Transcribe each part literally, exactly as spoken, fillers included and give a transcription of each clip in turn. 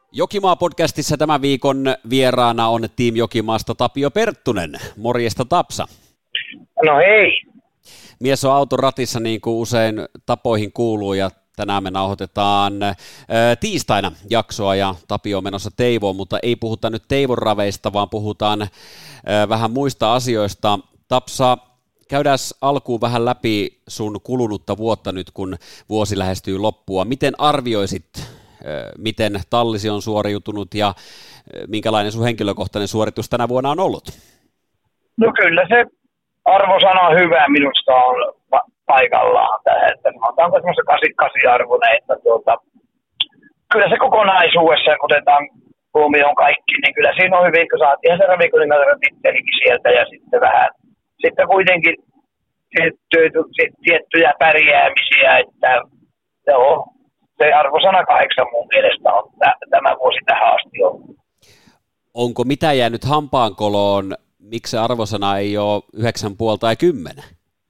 Jokimaa-podcastissa tämän viikon vieraana on Team Jokimaasta Tapio Perttunen. Morjesta Tapsa. No hei. Mies on auton ratissa niin kuin usein tapoihin kuuluu ja tänään me nauhoitetaan ää, tiistaina jaksoa ja Tapio on menossa Teivoon, mutta ei puhuta nyt Teivon raveista, vaan puhutaan ää, vähän muista asioista. Tapsa, käydään alkuun vähän läpi sun kulunutta vuotta nyt, kun vuosi lähestyy loppua. Miten arvioisit, miten tallisi on suoriutunut ja minkälainen sun henkilökohtainen suoritus tänä vuonna on ollut? No kyllä se arvosana hyvä minusta on pa- paikallaan tähän, että sanotaanko semmoista kasi-kasi-arvoinen, että tuota, kyllä se kokonaisuudessa, kun otetaan huomioon kaikki, niin kyllä siinä on hyvin, kun saatiin se ravikuningatar tittelikin sieltä ja sitten vähän, sitten kuitenkin tiettyjä, tiettyjä pärjäämisiä, että joo, se arvosana kahdeksan mun mielestä on tämä vuosi tähän asti ollut. Onko mitä jäänyt hampaankoloon, miksi se arvosana ei ole yhdeksän puoli tai kymmenen?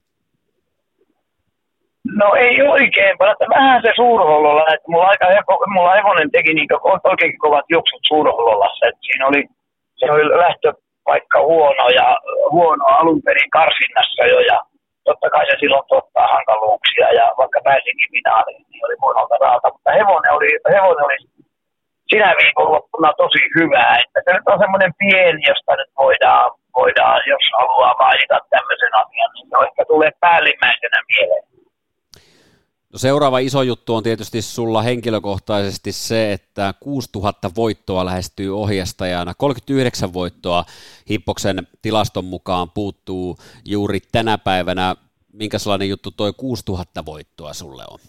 No ei oikein, mutta vähän se Suurhollolla, että mulla, aika, mulla hevonen teki niin oikeinkin kovat juoksut Suurhollolassa, että siinä oli, se oli lähtöpaikka huono ja huono alun perin karsinnassa jo ja totta kai se silloin tuottaa hankaluuksia ja vaikka pääsinkin finaaliin, niin oli huonolta raata, mutta hevonen oli, hevonen oli sinä viikonloppuna tosi hyvä, että se nyt on semmoinen pieni, josta nyt voidaan, voidaan jos haluaa mainita tämmöisen asian, niin se ehkä tulee päällimmäisenä mieleen. No seuraava iso juttu on tietysti sulla henkilökohtaisesti se, että kuusituhatta voittoa lähestyy ohjastajana. kolmekymmentäyhdeksän voittoa Hippoksen tilaston mukaan puuttuu juuri tänä päivänä. Minkä sellainen juttu toi kuusituhatta voittoa sulle on?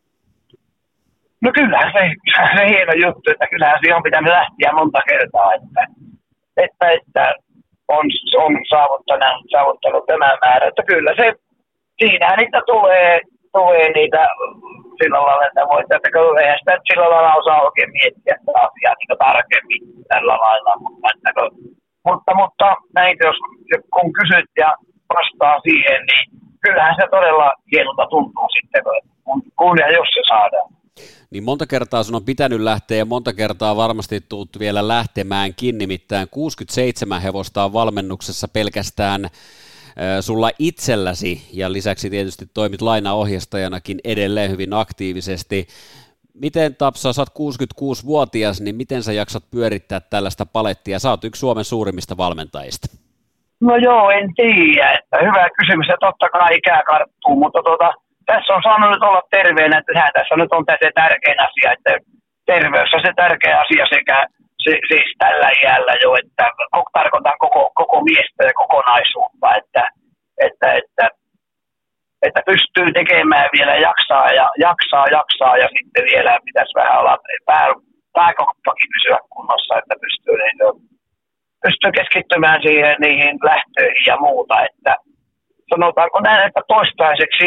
No kyllähän se, se hieno juttu, että kyllähän siihen on pitänyt lähteä monta kertaa, että, että, että on, on saavuttanut, saavuttanut tämän määrän. Että kyllä se, siinä niitä tulee, tulee niitä sillä lailla, että voit, että eihän sitä sillä lailla osaa oikein miettiä sitä asiaa niin tarkemmin tällä lailla. Mutta, että, mutta, mutta näin, jos kun kysyt ja vastaa siihen, niin kyllähän se todella hienolta tuntuu sitten, kun, kun ja jos se saadaan. Niin monta kertaa sun on pitänyt lähteä ja monta kertaa varmasti tuut vielä lähtemäänkin, nimittäin kuusikymmentäseitsemän hevosta on valmennuksessa pelkästään äh, sulla itselläsi ja lisäksi tietysti toimit lainaohjastajanakin edelleen hyvin aktiivisesti. Miten Tapsa, sä oot kuusikymmentäkuusivuotias, niin miten sä jaksat pyörittää tällaista palettia? Sä oot yksi Suomen suurimmista valmentajista. No joo, en tiedä, että hyvä kysymys ja totta kai ikää karttuu, mutta tuota, tässä on saanut nyt olla terveenä, että sehän tässä nyt on se tärkein asia, että terveys on se tärkeä asia sekä se, siis tällä iällä jo, että tarkoitan koko, koko miestä ja kokonaisuutta, että, että, että, että pystyy tekemään vielä jaksaa ja jaksaa, jaksaa ja sitten vielä pitäisi vähän olla pää, pääkoppakin pysyä kunnossa, että pystyy, niin, pystyy keskittymään siihen niihin lähtöihin ja muuta, että sanotaanko näin, että toistaiseksi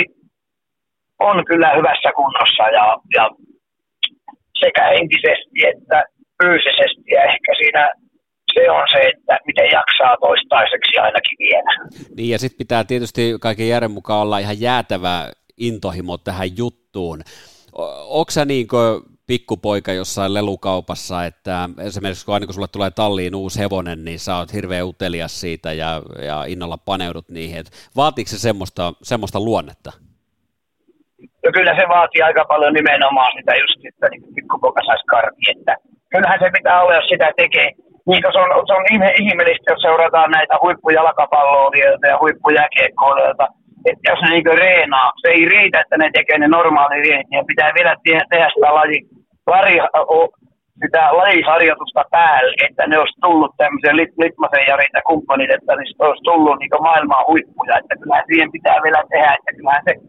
on kyllä hyvässä kunnossa ja, ja sekä henkisesti että fyysisesti ja ehkä siinä se on se, että miten jaksaa toistaiseksi ainakin vielä. Niin ja sitten pitää tietysti kaiken järjen mukaan olla ihan jäätävä intohimo tähän juttuun. Onko sä niin kuin pikkupoika jossain lelukaupassa, että esimerkiksi kun aina kun sulle tulee talliin uusi hevonen, niin sä oot hirveän utelias siitä ja, ja innolla paneudut niihin. Et vaatiiko se semmoista, semmoista luonnetta? Ja kyllä se vaatii aika paljon nimenomaan sitä just, että niin pikkupoika saisi karvi, että kyllähän se pitää olla, jos sitä tekee. Niin se on, se on ihmeellistä, jos seurataan näitä huippujalkapalloilijoita ja huippujääkiekkoilijoita, että jos ne niin reenaa, se ei riitä, että ne tekee ne normaali reenit, niin pitää vielä tehdä sitä, laji, lari, sitä lajiharjoitusta päälle, että ne olisi tullut tämmöisen Litmasen Jarin ja kumppanit, että niistä olisi tullut niin maailman huippuja, että kyllähän siihen pitää vielä tehdä, että kyllähän se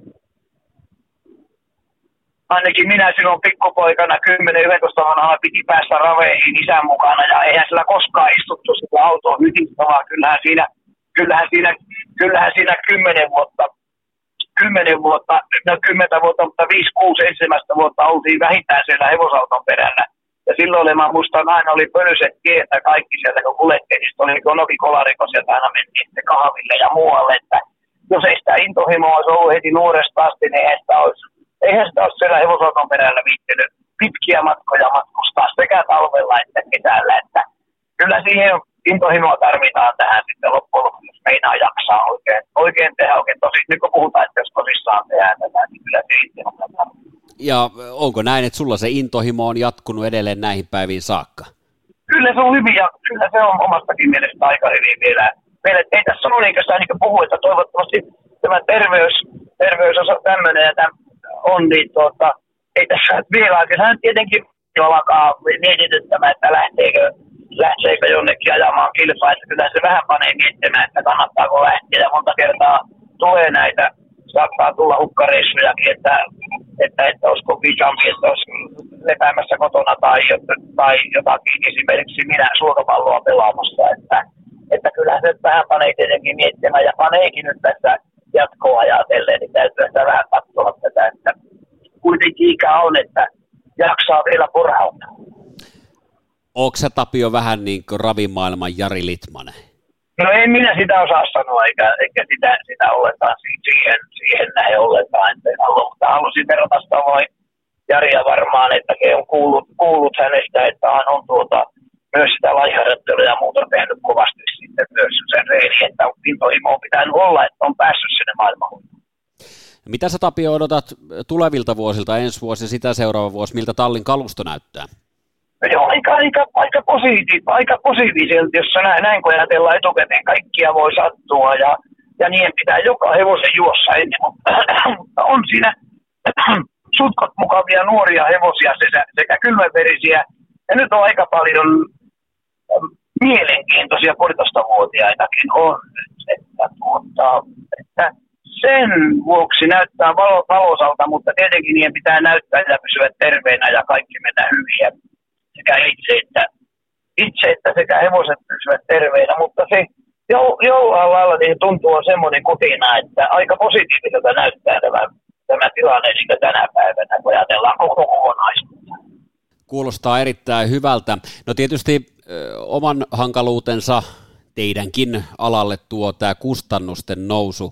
ainakin minä silloin pikkupoikana kymmenen yksitoista vanhana piti päästä raveihin isän mukana ja eihän sillä koskaan istuttu sitä autoa hytistä, vaan kyllähän siinä, kyllähän siinä, kyllähän siinä kymmenen vuotta, kymmenen vuotta, no kymmentä vuotta, mutta viisi, kuusi ensimmäistä vuotta oltiin vähintään siellä hevosauton perällä. Ja silloin mä muistan aina oli pölyset tiet ja kaikki sieltä, kun kuljettiin, niin oli konoki kolariko sieltä aina mentiin sitten kahville ja muualle, että jos ei sitä intohimoa olisi ollut heti nuoresta asti, niin eihän sitä olisi Eihän sitä ole siellä hevosauton perällä viittinyt pitkiä matkoja matkustaa sekä talvella talvella että kesällä, että kyllä siihen intohimoa tarvitaan tähän sitten loppujen lopuksi, jos meinaa jaksaa oikein, oikein tehdä oikein tosi, nyt kun puhutaan, että jos tosissaan tehdään tätä, niin kyllä se intohimoa tarvitaan. Ja onko näin, että sulla se intohimo on jatkunut edelleen näihin päiviin saakka? Kyllä se on hyvin ja kyllä se on omastakin mielestä aika hyvin vielä. Meillä ei tässä ole niin sitä niin puhua, että toivottavasti tämä terveys, terveys on tämmöinen ja tämän on, niin tuota, ei tässä vielä oikeastaan tietenkin jo alkaa mietityttämään, että lähteekö, lähteekö jonnekin ajamaan kilpaa, että kyllä se vähän panee miettimään, että kannattaako lähteä ja monta kertaa tulee näitä, saattaa tulla hukkareissujakin, että, että, että olisiko viisampi, että olisi lepäämässä kotona tai, tai jotakin, esimerkiksi minä sulkapalloa pelaamassa, että, että kyllä se vähän panee tietenkin miettimään ja paneekin nyt tässä jatkoa ajatellen, niin täytyy sitä vähän katsoa tätä, että kuitenkin ikä on, että jaksaa vielä purhauttaa. Onko sä Tapio vähän niin kuin ravimaailman Jari Litmanen? No en minä sitä osaa sanoa, eikä, eikä sitä, sitä ollenkaan siihen, siihen näin ollenkaan. En halua, mutta halusin verrata sitä vain Jaria varmaan, että se on kuullut, kuullut hänestä, että hän on tuota, myös sitä laiharjoittelua ja muuta tehnyt kovasti sitten myös sen reeni, että intohimo on pitänyt olla, että on päässyt sinne maailmaan. Mitä sä Tapio odotat tulevilta vuosilta, ensi vuosi ja sitä seuraava vuosi, miltä tallin kalusto näyttää? Joo, aika, aika, aika, positiiv, aika positiiviselta, jos näin, näin kun ajatellaan etukäteen, kaikkia voi sattua ja, ja niin pitää joka hevosen juossa ennen, mutta, mutta on siinä sutkot mukavia nuoria hevosia sekä, sekä kylmäverisiä ja nyt on aika paljon mielenkiintoisia puolitoistavuotiaitakin on, että, mutta, että sen vuoksi näyttää valo, valosalta, mutta tietenkin niiden pitää näyttää ja pysyä terveenä ja kaikki mennä hyviä. Sekä itse että, itse että sekä hevoset pysyvät terveinä, mutta se jollain lailla niin tuntuu on semmoinen kutina, että aika positiiviselta näyttää tämä, tämä tilanne niin tänä päivänä, kun ajatellaan koko kokonaisuutta. Kuulostaa erittäin hyvältä. No tietysti ö, oman hankaluutensa teidänkin alalle tuo tämä kustannusten nousu.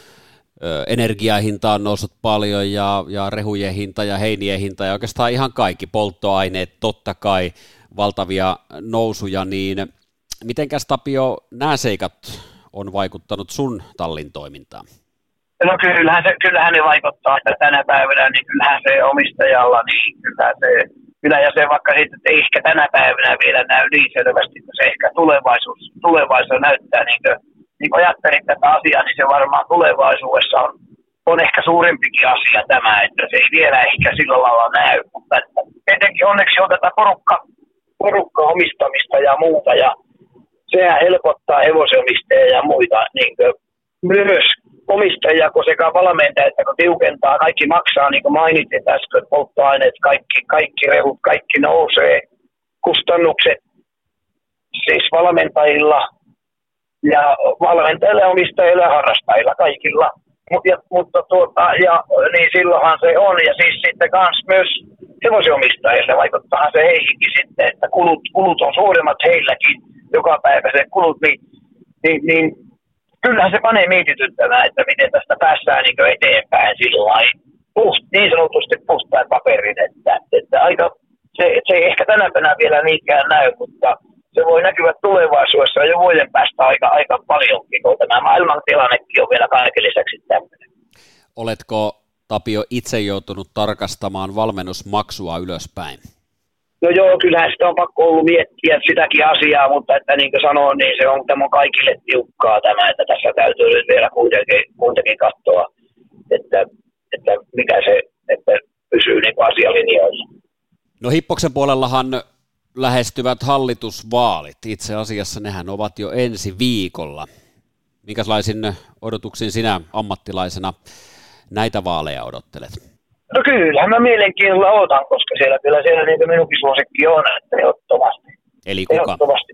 Ö, energiahinta on noussut paljon ja, ja rehujen hinta ja heinien hinta ja oikeastaan ihan kaikki polttoaineet, totta kai valtavia nousuja, niin mitenkäs Tapio nämä seikat on vaikuttanut sun tallin toimintaan? No kyllähän, se, kyllähän ne vaikuttaa, että tänä päivänä niin kyllähän se omistajalla, niin kyllähän se, kyllä ja se vaikka sitten ei ehkä tänä päivänä vielä näy niin selvästi, että se ehkä tulevaisuus, tulevaisuus näyttää niin kuin niin kun ajattelin tätä asiaa, niin se varmaan tulevaisuudessa on, on ehkä suurempikin asia tämä, että se ei vielä ehkä sillä lailla näy, mutta tietenkin onneksi on tätä porukka, porukka omistamista ja muuta, ja sehän helpottaa hevosomistajia ja muita, niin myös omistajia, kun sekä valmentajia, että kun tiukentaa, kaikki maksaa, niin kuin mainitsin äsken, polttoaineet, kaikki, kaikki rehut, kaikki nousee, kustannukset, siis valmentajilla, ja valmentajilla, omistajilla ja harrastajilla kaikilla. Mut, ja, mutta tuota, ja, niin silloinhan se on. Ja siis sitten kans myös hevosiomistajille vaikuttaa se heihinkin sitten, että kulut, kulut on suuremmat heilläkin jokapäiväiset kulut, niin, niin, niin kyllähän se panee mietityttämään, että miten tästä päästään niin eteenpäin sillain, puht, niin sanotusti puhtaan paperin, että, että aika, se, se ei ehkä tänä päivänä vielä niinkään näy, mutta se voi näkyä tulevaisuudessa jo vuoden päästä aika, aika paljonkin, kun tämä maailman tilannekin on vielä kaiken lisäksi tämmöinen. Oletko, Tapio, itse joutunut tarkastamaan valmennusmaksua ylöspäin? No joo, kyllähän sitä on pakko ollut miettiä sitäkin asiaa, mutta että niin kuin sanoin, niin se on, tämä on kaikille tiukkaa tämä, että tässä täytyy nyt vielä kuitenkin, kuitenkin katsoa, että, että mikä se, että pysyy niin kuin asialinjoilla. No Hippoksen puolellahan lähestyvät hallitusvaalit. Itse asiassa nehän ovat jo ensi viikolla. Minkälaisin odotuksin sinä ammattilaisena näitä vaaleja odottelet? No kyllähän mä mielenkiinnolla odotan, koska siellä kyllä siellä niin kuin minunkin suosikki on, että ehdottomasti. Eli kuka? Ehdottomasti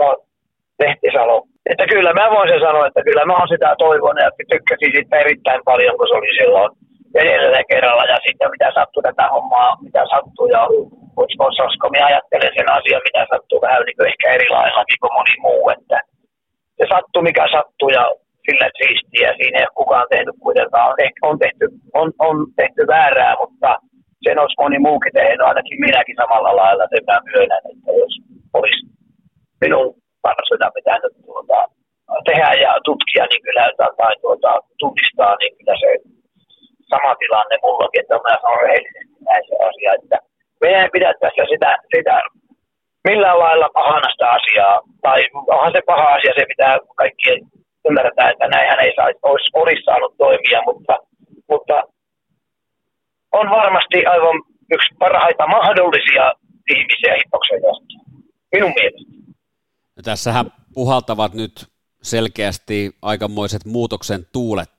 Lehtisalo. Että kyllä mä voin sen sanoa, että kyllä mä oon sitä toivonut ja tykkäsin siitä erittäin paljon, kun se oli silloin edellisellä kerralla ja sitten mitä sattui tätä hommaa, mitä sattuu ja olisiko minä ajattelen sen asian, mitä sattuu vähän niin kuin ehkä eri laillakin kuin moni muu, että se sattuu mikä sattuu ja sillä siistiä, siinä ei ole kukaan tehnyt kuitenkaan, on, on, tehty, on, on tehty väärää, mutta sen olisi moni muukin tehnyt, ainakin minäkin samalla lailla, sen mä myönnän, että jos minun parasta pitää tuota, tehdä ja tutkia, niin kyllä, tai tuota, tunnistaa, niin kyllä se sama tilanne mullakin, että mä sanon rehellisesti näin se asia, että meidän ei pidä tässä sitä, sitä millään lailla pahana sitä asiaa, tai onhan se paha asia, se pitää kaikkien ymmärtää, että näinhän ei saisi, olisi, olisi saanut toimia, mutta, mutta on varmasti aivan yksi parhaita mahdollisia ihmisiä Hippoksen johtoon, minun mielestä. No tässähän puhaltavat nyt selkeästi aikamoiset muutoksen tuulet.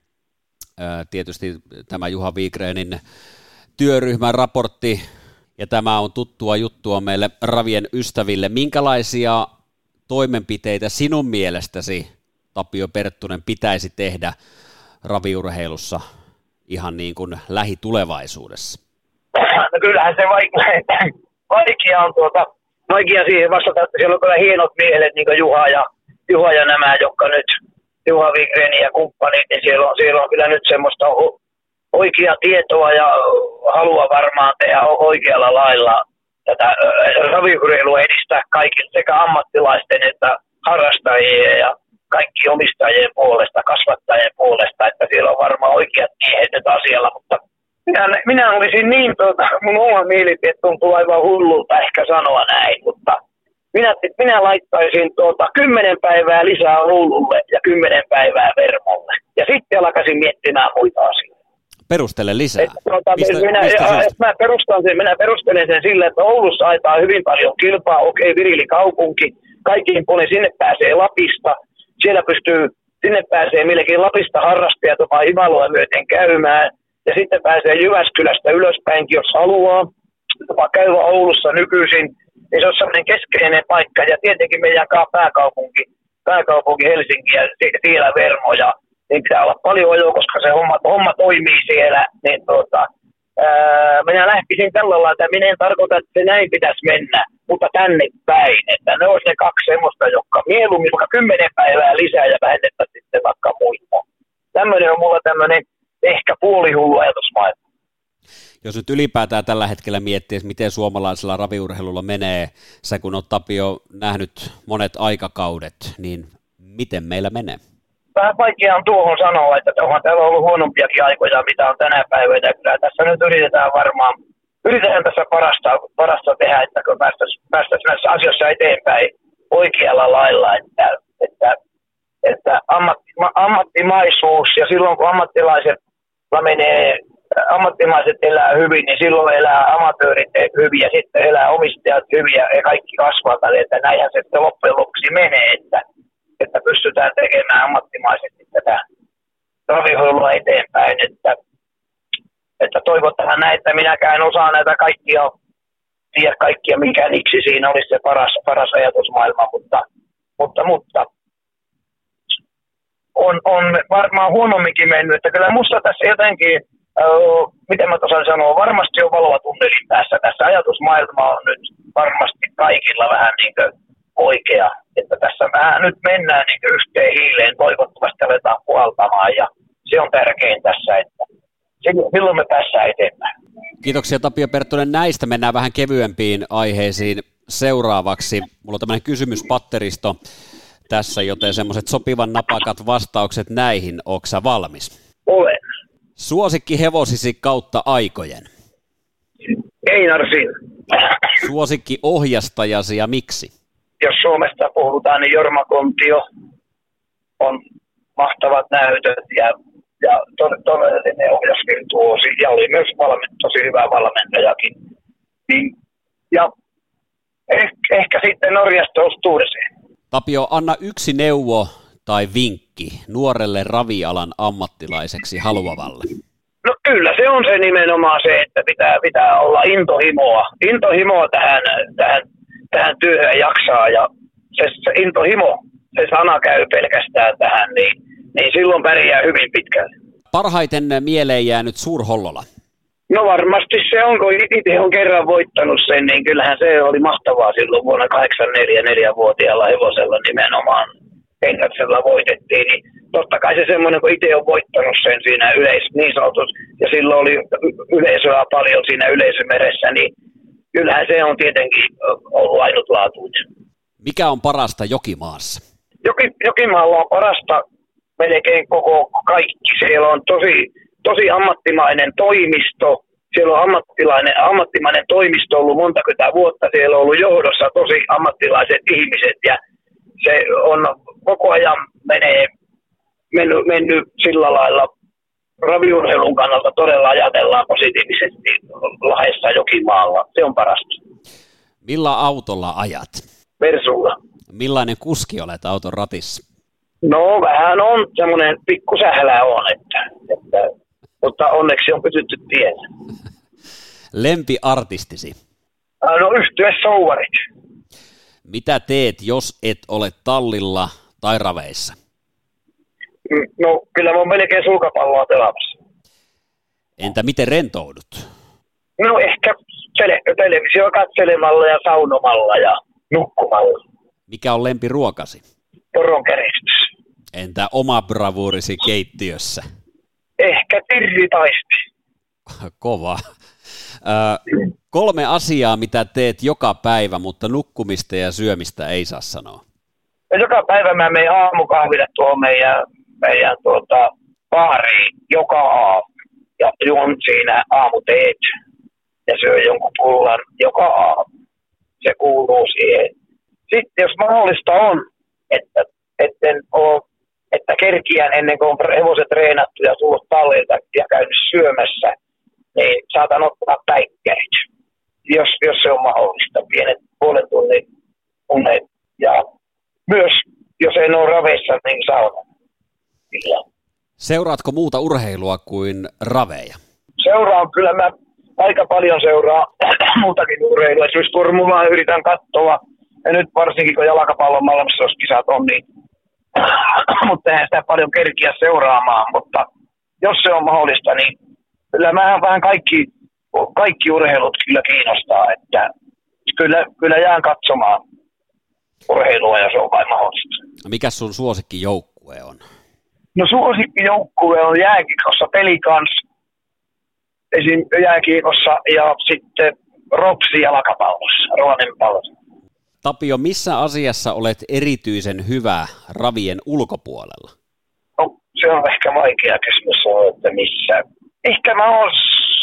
Tietysti tämä Juha Wigrenin työryhmän raportti, ja tämä on tuttua juttua meille ravien ystäville. Minkälaisia toimenpiteitä sinun mielestäsi, Tapio Perttunen, pitäisi tehdä raviurheilussa ihan niin kuin lähitulevaisuudessa? No kyllähän se vaikea, vaikea on tuota, vaikea siihen vastata, että siellä on kyllä hienot miehet, niin kuin Juha ja, Juha ja nämä, jotka nyt, Juha Wigren ja kumppanit, niin siellä on, siellä on kyllä nyt semmoista oikeaa tietoa ja halua varmaan tehdä oikealla lailla tätä raviurheilua edistää kaikille sekä ammattilaisten että harrastajien ja kaikki omistajien puolesta, kasvattajien puolesta, että siellä on varmaan oikeat miehet nyt asialla, mutta minä, minä olisin niin, tuota, mun oma mielipide tuntuu aivan hullulta ehkä sanoa näin, mutta minä, minä laittaisin tuota, kymmenen päivää lisää Oululle ja kymmenen päivää Vermolle ja sitten alkaisin miettimään muita asioita. Perustele lisää. Että, tuota, mistä, minä, mistä ja, mä, perustan sen, minä perustelen sen sillä, että Oulussa aitaa hyvin paljon kilpaa, okei, virili kaupunki, kaikkiin puolin sinne pääsee Lapista, siellä pystyy, sinne pääsee melkein Lapista harrastajat jopa Ivalua myöten käymään, ja sitten pääsee Jyväskylästä ylöspäinkin, jos haluaa, jopa käydä Oulussa nykyisin, niin se on sellainen keskeinen paikka, ja tietenkin meidän pääkaupunki, pääkaupunki Helsinki ja siellä Vermoja, niin pitää olla paljon ajoa, koska se homma, homma toimii siellä, niin tuota, ää, minä lähtisin tällä lailla, että minä en tarkoita, että se näin pitäisi mennä, mutta tänne päin, että ne olisi ne kaksi semmoista, jotka mieluummin vaikka kymmenen päivää lisää ja vähennettäisiin sitten vaikka muita. Tämmöinen on mulla tämmöinen ehkä puolihullu ajatusmaailma. Jos nyt ylipäätään tällä hetkellä miettii, että miten suomalaisella raviurheilulla menee, sä kun oot, Tapio, nähnyt monet aikakaudet, niin miten meillä menee? Vähän vaikea on tuohon sanoa, että onhan täällä ollut huonompiakin aikoja, mitä on tänä päivänä. Kyllä tässä nyt yritetään varmaan, yritetään tässä parasta, parasta tehdä, että kun päästäisiin päästäisi näissä asioissa eteenpäin oikealla lailla, että, että, että ammatti, ammattimaisuus ja silloin kun ammattilaiset menee, ammattimaiset elää hyvin, niin silloin elää amatöörit hyvin ja sitten elää omistajat hyvin ja kaikki kasvavat, että näinhän se sitten loppujen lopuksi menee, että että pystytään tekemään ammattimaisesti tätä raviurheilua eteenpäin, että, että toivotaan näin, että minäkään osaan näitä kaikkia, tiedä kaikkia mikä niksi siinä olisi se paras, paras ajatusmaailma, mutta, mutta, mutta on, on varmaan huonomminkin mennyt, että kyllä musta tässä jotenkin, äh, miten mä tosaan sanoa, varmasti on valoa tunnelin päässä, tässä ajatusmaailma on nyt varmasti kaikilla vähän niin kuin oikea, että tässä vähän nyt mennään niin yhteen hiileen, toivottavasti aletaan puhaltamaan ja se on tärkein tässä, että silloin me päästään eteenpäin. Kiitoksia, Tapio Perttunen, näistä. Mennään vähän kevyempiin aiheisiin seuraavaksi. Mulla on tämmöinen kysymyspatteristo tässä, joten semmoiset sopivan napakat vastaukset näihin. Ootko sä valmis? Olen. Suosikki hevosisi kautta aikojen? Einar Sin. Suosikki ohjastajasi ja miksi? Jos Suomesta puhutaan, niin Jorma Kontio on mahtavat näytöt ja, ja todellinen ohjasvirtuosi ja oli myös valmen, tosi hyvä valmentajakin. Niin, ja ehkä, ehkä sitten Norjasta Ostuureseen. Tapio, anna yksi neuvo tai vinkki nuorelle ravialan ammattilaiseksi haluavalle. No kyllä se on se nimenomaan se, että pitää, pitää olla intohimoa. Intohimoa tähän, tähän tähän työhön jaksaa ja se, se intohimo, se sana käy pelkästään tähän, niin, niin silloin pärjää hyvin pitkälle. Parhaiten mieleen jäänyt Suurhollola? No varmasti se on, kun itse on kerran voittanut sen, niin kyllähän se oli mahtavaa silloin vuonna kahdeksankymmentäneljä neljävuotiaalla hevosella nimenomaan Hengaksella voitettiin, niin totta kai se semmoinen, kun itse on voittanut sen siinä yleis, niin sanotus, ja silloin oli yleisöä paljon siinä yleisömeressä, niin kyllähän se on tietenkin ollut ainutlaatuinen. Mikä on parasta Jokimaassa? Joki, Jokimaalla on parasta melkein koko kaikki. Siellä on tosi, tosi ammattimainen toimisto. Siellä on ammattilainen, ammattimainen toimisto ollut monta kymmentä vuotta. Siellä on ollut johdossa tosi ammattilaiset ihmiset ja se on koko ajan menee, mennyt, mennyt sillä lailla raviurheilun kannalta todella ajatellaan positiivisesti Lahdessa Jokimaalla. Se on parasta. Millä autolla ajat? Versulla. Millainen kuski olet auton ratissa? No vähän on, semmoinen pikkusählä on, että, että, mutta onneksi on pysytty tiellä. Lempiartistisi? No yhtye souvarit. Mitä teet, jos et ole tallilla tai raveissa? No kyllä mä oon melkein sulkapalloa pelaamassa. Entä miten rentoudut? No ehkä tele- televisio katselemalla ja saunomalla ja nukkumalla. Mikä on lempiruokasi? Poronkeristys. Entä oma bravuurisi keittiössä? Ehkä tirritaisti. Kova. Ö, kolme asiaa, mitä teet joka päivä, mutta nukkumista ja syömistä ei saa sanoa. Ja joka päivä mä menen aamukahville tuohon meidän, meidän tuota, baariin joka aamu. Ja juon siinä aamuteet ja syön jonkun pullan joka aamu. Se kuuluu siihen. Sitten jos mahdollista on, että, etten ole, että kerkiän ennen kuin on hevoset treenattu ja tullut tallilta ja käynyt syömässä, niin saatan ottaa päikkärit, jos, jos se on mahdollista, pienet puolen tunnin unet. Ja myös, jos en ole raveissa, niin sauna. Seuraatko muuta urheilua kuin raveja? Seuraan, kyllä mä aika paljon seuraa muutakin urheilua. Esimerkiksi formulaa yritän katsoa. Ja nyt varsinkin, kun jalkapallon maailmanmestaruuskisat on, niin mutta eihän sitä paljon kerkiä seuraamaan. Mutta jos se on mahdollista, niin kyllä mä vähän kaikki, kaikki urheilut kyllä kiinnostaa. Että kyllä, kyllä jään katsomaan urheilua, ja se on vain mahdollista. Mikä sun suosikkijoukkue on? No suosikkijoukkue on jääkiekossa Pelikans, esim. Jääkiekossa ja sitten Ropsi jalkapallossa, Rovaniemen Pallossa. Tapio, missä asiassa olet erityisen hyvä ravien ulkopuolella? No, se on ehkä vaikea kysymys sanoa, että missä. Ehkä mä oon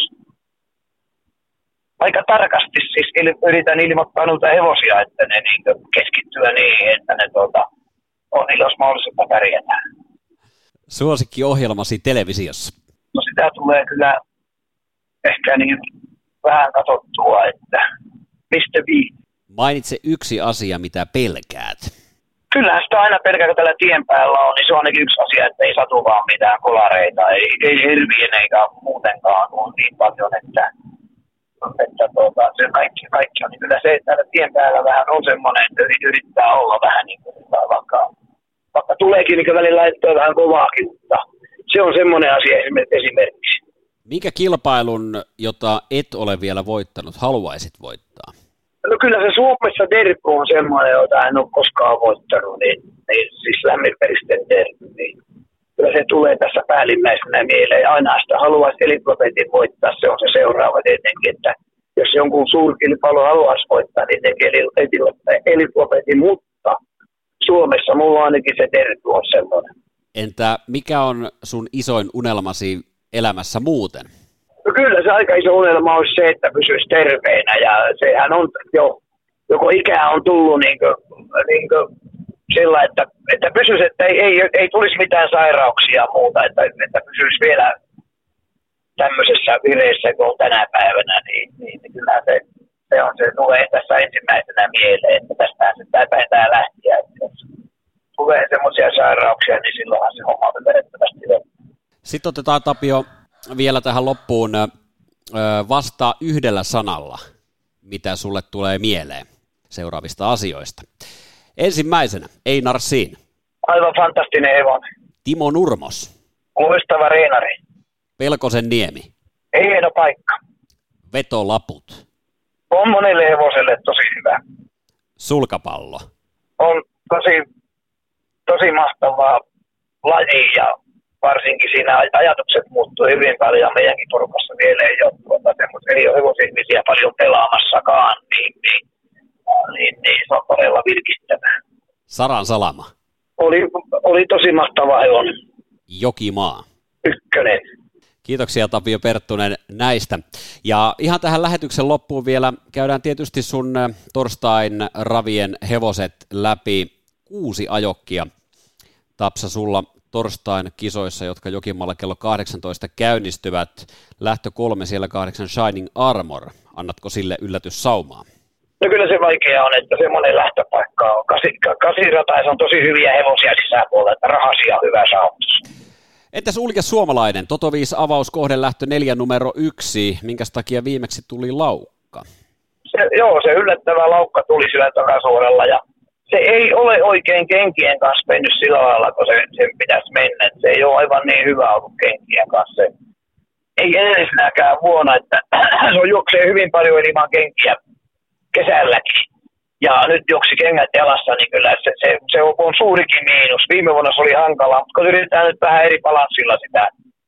aika tarkasti siis yritän ilmoittaa noita hevosia, että ne niin keskittyä niihin, että ne tuota, on niillä olisi mahdollisuutta pärjätä. Suosikkiohjelmasi televisiossa? No sitä tulee kyllä ehkä niin vähän katsottua, että mistä viihtyy. Mainitse yksi asia, mitä pelkäät. Kyllähän sitä aina pelkää, kun tällä tien päällä on, niin se on ainakin yksi asia, että ei satu vaan mitään kolareita, ei, ei hirvien eikä muutenkaan on niin paljon, että, että tuota, se kaikki, kaikki on. Niin kyllä se, että täällä tien päällä vähän on semmoinen, että yrittää olla vähän niin kuin, vaikka, vaikka tuleekin niin välillä laittaa vähän kovaakin, mutta se on semmoinen asia esimerkiksi. Mikä kilpailun, jota et ole vielä voittanut, haluaisit voittaa? No kyllä se Suomessa derby on semmoinen, jota en ole koskaan voittanut, niin, niin siis lämminperisten derby, niin kyllä se tulee tässä päällimmäisenä mieleen. Ja aina sitä haluaisi Elitlopetin voittaa, se on se seuraava tietenkin, että jos jonkun suurkilpailu haluaisi voittaa, niin tekee Elitlopetin, mutta Suomessa mulla ainakin se derby on semmoinen. Entä mikä on sun isoin unelmasi elämässä muuten? No kyllä se aika iso unelma olisi se, että pysyisi terveenä, ja sehän on jo, joko ikää on tullut niin kuin, niin kuin sillä, että, että pysyisi, että ei, ei, ei tulisi mitään sairauksia ja muuta, että, että pysyisi vielä tämmöisessä vireessä kuin on tänä päivänä, niin, niin, niin kyllä se, se, on, se tulee tässä ensimmäisenä mieleen, että tästä se päivää lähtiä, että jos tulee semmoisia sairauksia, niin silloinhan se homma on vedettävästi. Sitten otetaan, Tapio, vielä tähän loppuun vastaa yhdellä sanalla, mitä sulle tulee mieleen seuraavista asioista. Ensimmäisenä, Einar Siin. Aivan fantastinen hevonen. Timo Nurmos. Loistava reenari. Pelkosen Niemi. Ei hieno paikka. Vetolaput. On monelle hevoselle tosi hyvä. Sulkapallo. On tosi, tosi mahtavaa laji ja varsinkin siinä ajatukset muuttuu hyvin paljon. Meidänkin porukassa vielä ei ole, tuota, ei ole hevosihmisiä paljon pelaamassakaan, niin, niin, niin, niin se on todella virkistävää. Saran salama. Oli, oli tosi mahtava hevonen. Jokimaa. Ykkönen. Kiitoksia Tapio Perttunen näistä. Ja ihan tähän lähetyksen loppuun vielä käydään tietysti sun torstain ravien hevoset läpi. Kuusi ajokkia, Tapsa, sulla torstain kisoissa, jotka Jokimaalla kello kahdeksantoista käynnistyvät. Lähtö kolme, siellä kahdeksan Shining Armor. Annatko sille yllätyssaumaa? No kyllä se vaikea on, että semmoinen lähtöpaikka on. Kasi, kasirata, on tosi hyviä hevosia sisäpuolella, että rahasia on hyvä saavutus. Entäs Ulke Suomalainen, Toto viisi avauskohde lähtö neljä numero yksi, minkäs takia viimeksi tuli laukka? Se, joo, se yllättävä laukka tuli sillä takasuoralla ja se ei ole oikein kenkien kanssa mennyt sillä lailla, kun se, sen pitäisi mennä. Se ei ole aivan niin hyvä ollut kenkien kanssa. Se ei edellisenäkään vuonna, että se on juoksee hyvin paljon ilman kenkiä kesälläkin. Ja nyt juoksi kengät jalassa, niin kyllä se, se, se on suurikin miinus. Viime vuonna se oli hankala, mutta kun yritetään nyt vähän eri balanssilla sitä,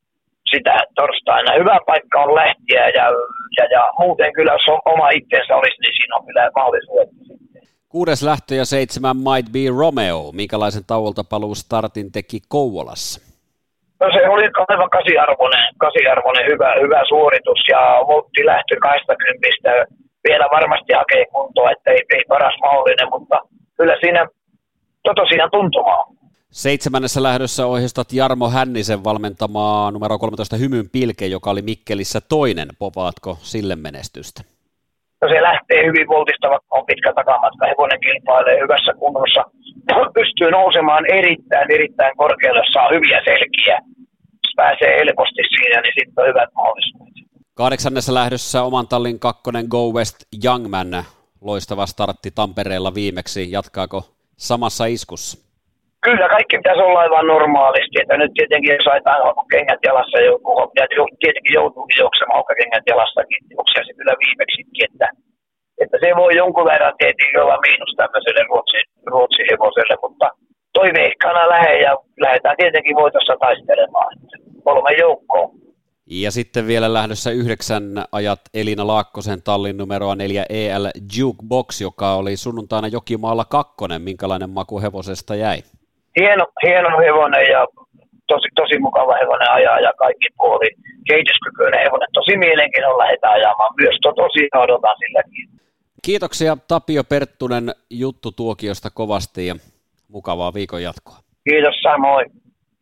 sitä torstaina. Hyvä paikka on lähtiä ja, ja, ja muuten kyllä, jos on oma itsensä olisi, niin siinä on kyllä mahdollisuudet. Kuudes lähtö ja seitsemän Might Be Romeo. Minkälaisen tauolta paluu startin teki Kouvolassa? No se oli aivan kasiarvoinen, kasiarvoinen hyvä, hyvä suoritus ja voltti lähtö kaksikymmentä. Vielä varmasti hakee kuntoa, että ei, ei paras mahdollinen, mutta kyllä siinä, toto siinä tuntumaa. Seitsemännessä lähdössä ohjastat Jarmo Hännisen valmentamaa numero kolmetoista Hymyn Pilke, joka oli Mikkelissä toinen. Popaatko sille menestystä? No se lähtee hyvin voltistava, on pitkä takamatka, hevonen kilpailee hyvässä kunnossa. Pystyy nousemaan erittäin, erittäin korkealle, saa hyviä selkiä. Jos pääsee helposti siinä, niin sitten on hyvät mahdollisuudet. Kahdeksannessa lähdössä oman tallin kakkonen Go West Youngman, loistava startti Tampereella viimeksi. Jatkaako samassa iskussa? Kyllä, kaikki pitäisi olla aivan normaalisti. Että nyt tietenkin jos aitaan kengät jalassa, joutuu, tietenkin joutuukin juoksemaan hokkakengät jalassakin, juoksia se kyllä viimeksikin. Että, että se voi jonkun verran tietenkin olla miinus tämmöiselle Ruotsin, Ruotsin hevoselle, mutta toiveikkana lähe ja lähdetään tietenkin voitossa taistelemaan. Kolme joukkoon. Ja sitten vielä lähdössä yhdeksän ajat Elina Laakkosen tallin numeroa neljä E L Jukebox, joka oli sunnuntaina Jokimaalla kakkonen. Minkälainen maku hevosesta jäi? Hieno, hieno hevonen ja tosi, tosi mukava hevonen ajaa ja kaikki puoli. Kehityskykyinen hevonen. Tosi mielenkiinnolla lähdetään ajamaan myös. To, tosi odotan silläkin. Kiitoksia Tapio Perttunen juttutuokiosta kovasti ja mukavaa viikon jatkoa. Kiitos samoin.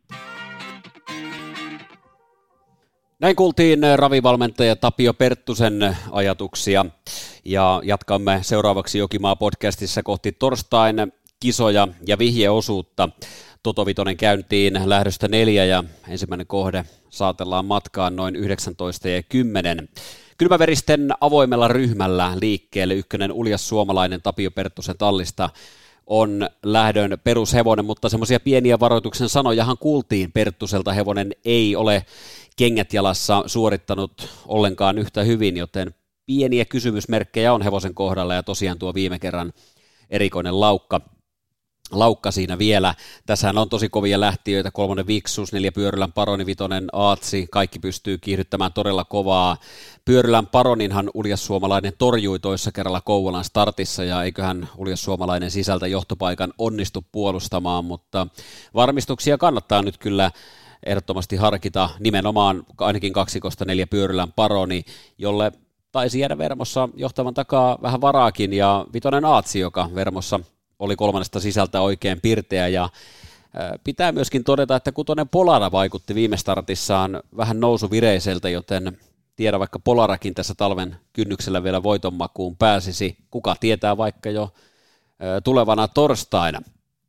Näin kuultiin ravivalmentaja Tapio Perttusen ajatuksia ja jatkamme seuraavaksi Jokimaa-podcastissa kohti torstain kisoja ja vihjeosuutta. Toto Vitonen käyntiin lähdöstä neljä ja ensimmäinen kohde saatellaan matkaan noin yhdeksäntoista ja kymmenen. Kylmäveristen avoimella ryhmällä liikkeelle ykkönen uljas suomalainen Tapio Perttusen tallista on lähdön perushevonen, mutta semmoisia pieniä varoituksen sanojahan kuultiin Perttuselta. Hevonen ei ole kengät jalassa suorittanut ollenkaan yhtä hyvin, joten pieniä kysymysmerkkejä on hevosen kohdalla ja tosiaan tuo viime kerran erikoinen laukka. Laukka siinä vielä. Tässähän on tosi kovia lähtiöitä, kolmonen Viksus, neljä Pyörylän Paroni, vitonen Aatsi, kaikki pystyy kiihdyttämään todella kovaa. Pyörylän Paroninhan uljas suomalainen torjui toissa kerralla Kouvolan startissa ja eiköhän uljas suomalainen sisältä johtopaikan onnistu puolustamaan, mutta varmistuksia kannattaa nyt kyllä ehdottomasti harkita nimenomaan ainakin kaksikosta neljä Pyörylän Paroni, jolle taisi jäädä Vermossa johtavan takaa vähän varaakin ja vitonen Aatsi, joka Vermossa oli kolmannesta sisältä oikein pirteä ja pitää myöskin todeta, että kutonen Polara vaikutti viime startissaan vähän nousuvireiseltä, joten tiedä vaikka Polarakin tässä talven kynnyksellä vielä voitonmakuun pääsisi. Kuka tietää vaikka jo tulevana torstaina.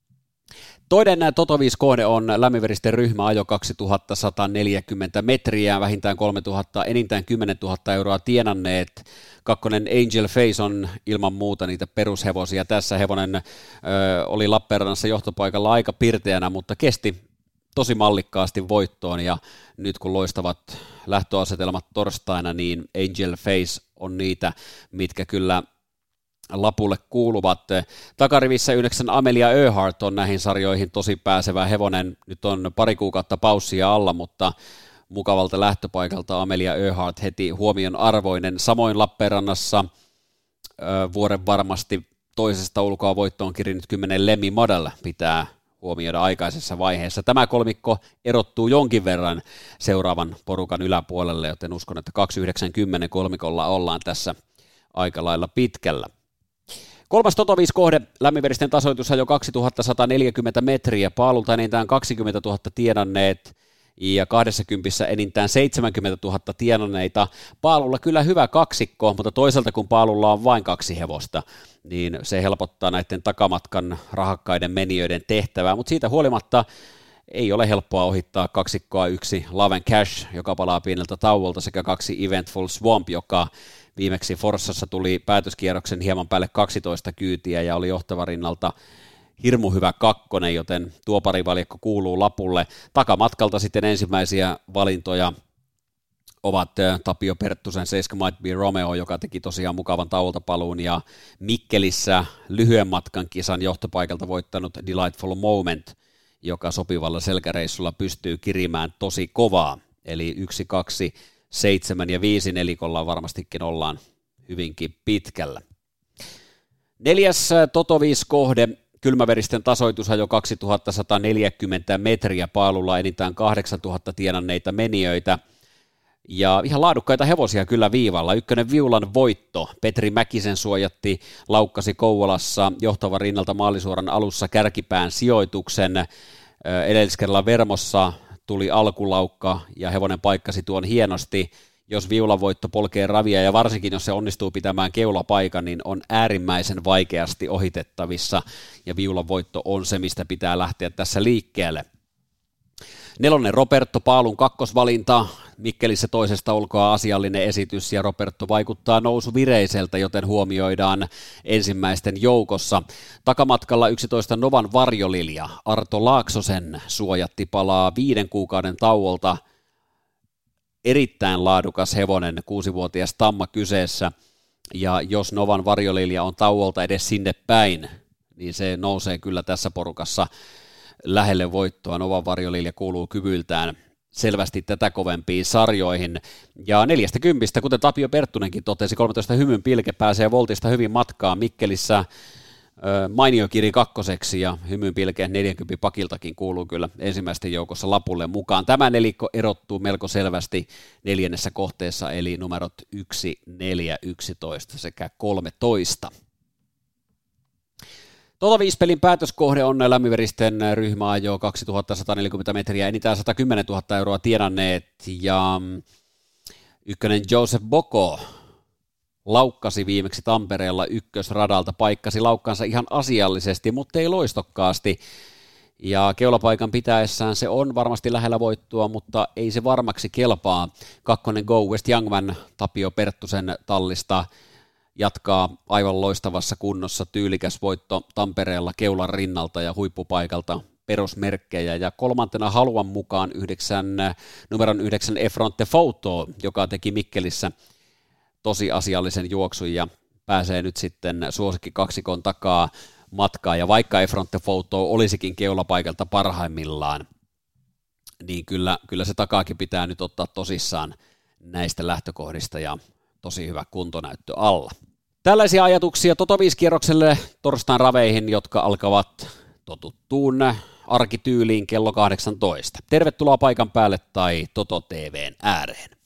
Toinen Toto viisi kohde on lämminveristen ryhmä ajo kaksituhattasata neljäkymmentä metriä, vähintään kolmetuhatta, enintään kymmenentuhatta euroa tienanneet. Kakkonen Angel Face on ilman muuta niitä perushevosia. Tässä hevonen ö, oli Lappeenrannassa johtopaikalla aika pirteänä, mutta kesti tosi mallikkaasti voittoon ja nyt kun loistavat lähtöasetelmat torstaina, niin Angel Face on niitä, mitkä kyllä lapulle kuuluvat. Takarivissä yhdeksän Amelia Earhart on näihin sarjoihin tosi pääsevä hevonen. Nyt on pari kuukautta paussia alla, mutta mukavalta lähtöpaikalta Amelia Earhart heti huomion arvoinen. Samoin Lappeenrannassa ö, vuoden varmasti toisesta ulkoa voittoon kirinyt kymmenen Lemmy Model pitää huomioida aikaisessa vaiheessa. Tämä kolmikko erottuu jonkin verran seuraavan porukan yläpuolelle, joten uskon, että kaksi yhdeksän kymmenen kolmikolla ollaan tässä aika lailla pitkällä. Kolmas Toto viisi kohde, lämminveristen tasoitus jo kaksituhattasataneljäkymmentä metriä, paalulta enintään kaksikymmentätuhatta tienanneet ja kahdessakympissä enintään seitsemänkymmentätuhatta tienanneita. Paalulla kyllä hyvä kaksikko, mutta toisaalta kun paalulla on vain kaksi hevosta, niin se helpottaa näiden takamatkan rahakkaiden menijöiden tehtävää, mutta siitä huolimatta ei ole helppoa ohittaa kaksikkoa yksi Love and Cash, joka palaa pieneltä tauolta, sekä kaksi Eventful Swamp, joka viimeksi Forssassa tuli päätöskierroksen hieman päälle kaksitoista kyytiä ja oli johtava rinnalta hirmu hyvä kakkonen, joten tuo parivaljakko kuuluu lapulle. Takamatkalta sitten ensimmäisiä valintoja ovat Tapio Perttusen Seiska Might Be Romeo, joka teki tosiaan mukavan tauolta paluun, ja Mikkelissä lyhyen matkan kisan johtopaikalta voittanut Delightful Moment, joka sopivalla selkäreissulla pystyy kirimään tosi kovaa. Eli yksi, kaksi, seitsemän ja viisi nelikolla varmastikin ollaan hyvinkin pitkällä. Neljäs Toto viisi kohde, kylmäveristen tasoitus jo kaksituhattasataneljäkymmentä metriä, paalulla enintään kahdeksantuhatta tienanneita menijöitä. Ja ihan laadukkaita hevosia kyllä viivalla. Ykkönen Viulan voitto. Petri Mäkisen suojatti, laukkasi Kouvolassa johtavan rinnalta maalisuoran alussa kärkipään sijoituksen. Edelliskerralla Vermossa tuli alkulaukka ja hevonen paikkasi tuon hienosti. Jos Viulan voitto polkee ravia ja varsinkin jos se onnistuu pitämään keulapaikan, niin on äärimmäisen vaikeasti ohitettavissa. Ja Viulan voitto on se, mistä pitää lähteä tässä liikkeelle. Nelonen Roberto, paalun kakkosvalinta, Mikkelissä toisesta ulkoa asiallinen esitys ja Roberto vaikuttaa nousuvireiseltä, joten huomioidaan ensimmäisten joukossa. Takamatkalla yksitoista Novan Varjolilja, Arto Laaksosen suojatti palaa viiden kuukauden tauolta. Erittäin laadukas hevonen, kuusivuotias tamma kyseessä, ja jos Novan Varjolilja on tauolta edes sinne päin, niin se nousee kyllä tässä porukassa lähelle voittoa. Novan Varjolilja kuuluu kyvyltään selvästi tätä kovempiin sarjoihin. Ja neljästä kympistä, kuten Tapio Perttunenkin totesi, kolmetoista Hymyn pilke pääsee voltista hyvin matkaan. Mikkelissä mainiokiri kakkoseksi ja Hymyn pilke neljäkymmentä pakiltakin kuuluu kyllä ensimmäisten joukossa lapulle mukaan. Tämä nelikko erottuu melko selvästi neljännessä kohteessa, eli numerot yksi, neljä, yksitoista sekä kolmetoista. Toto viisi pelin päätöskohde on lämminveristen ryhmä jo kaksituhattasataneljäkymmentä metriä, enintään satakymmentätuhatta euroa tienanneet, ja ykkönen Joseph Boko laukkasi viimeksi Tampereella ykkösradalta, paikkasi laukkansa ihan asiallisesti, mutta ei loistokkaasti, ja keulapaikan pitäessään se on varmasti lähellä voittoa, mutta ei se varmaksi kelpaa. Kakkonen Go West Youngman Tapio Perttusen tallista jatkaa aivan loistavassa kunnossa, tyylikäs voitto Tampereella keulan rinnalta ja huippupaikalta perusmerkkejä, ja kolmantena haluan mukaan yhdeksän, numeron yhdeksän Efronte Photo, joka teki Mikkelissä tosi asiallisen juoksun ja pääsee nyt sitten suosikki kaksikon takaa matkaa, ja vaikka Efronte Photo olisikin keulapaikalta parhaimmillaan, niin kyllä, kyllä se takaakin pitää nyt ottaa tosissaan näistä lähtökohdista, ja tosi hyvä kuntonäyttö alla. Tällaisia ajatuksia Toto viisi kierrokselle torstain raveihin, jotka alkavat totuttuun arkityyliin kello kahdeksantoista. Tervetuloa paikan päälle tai Toto T V:n ääreen.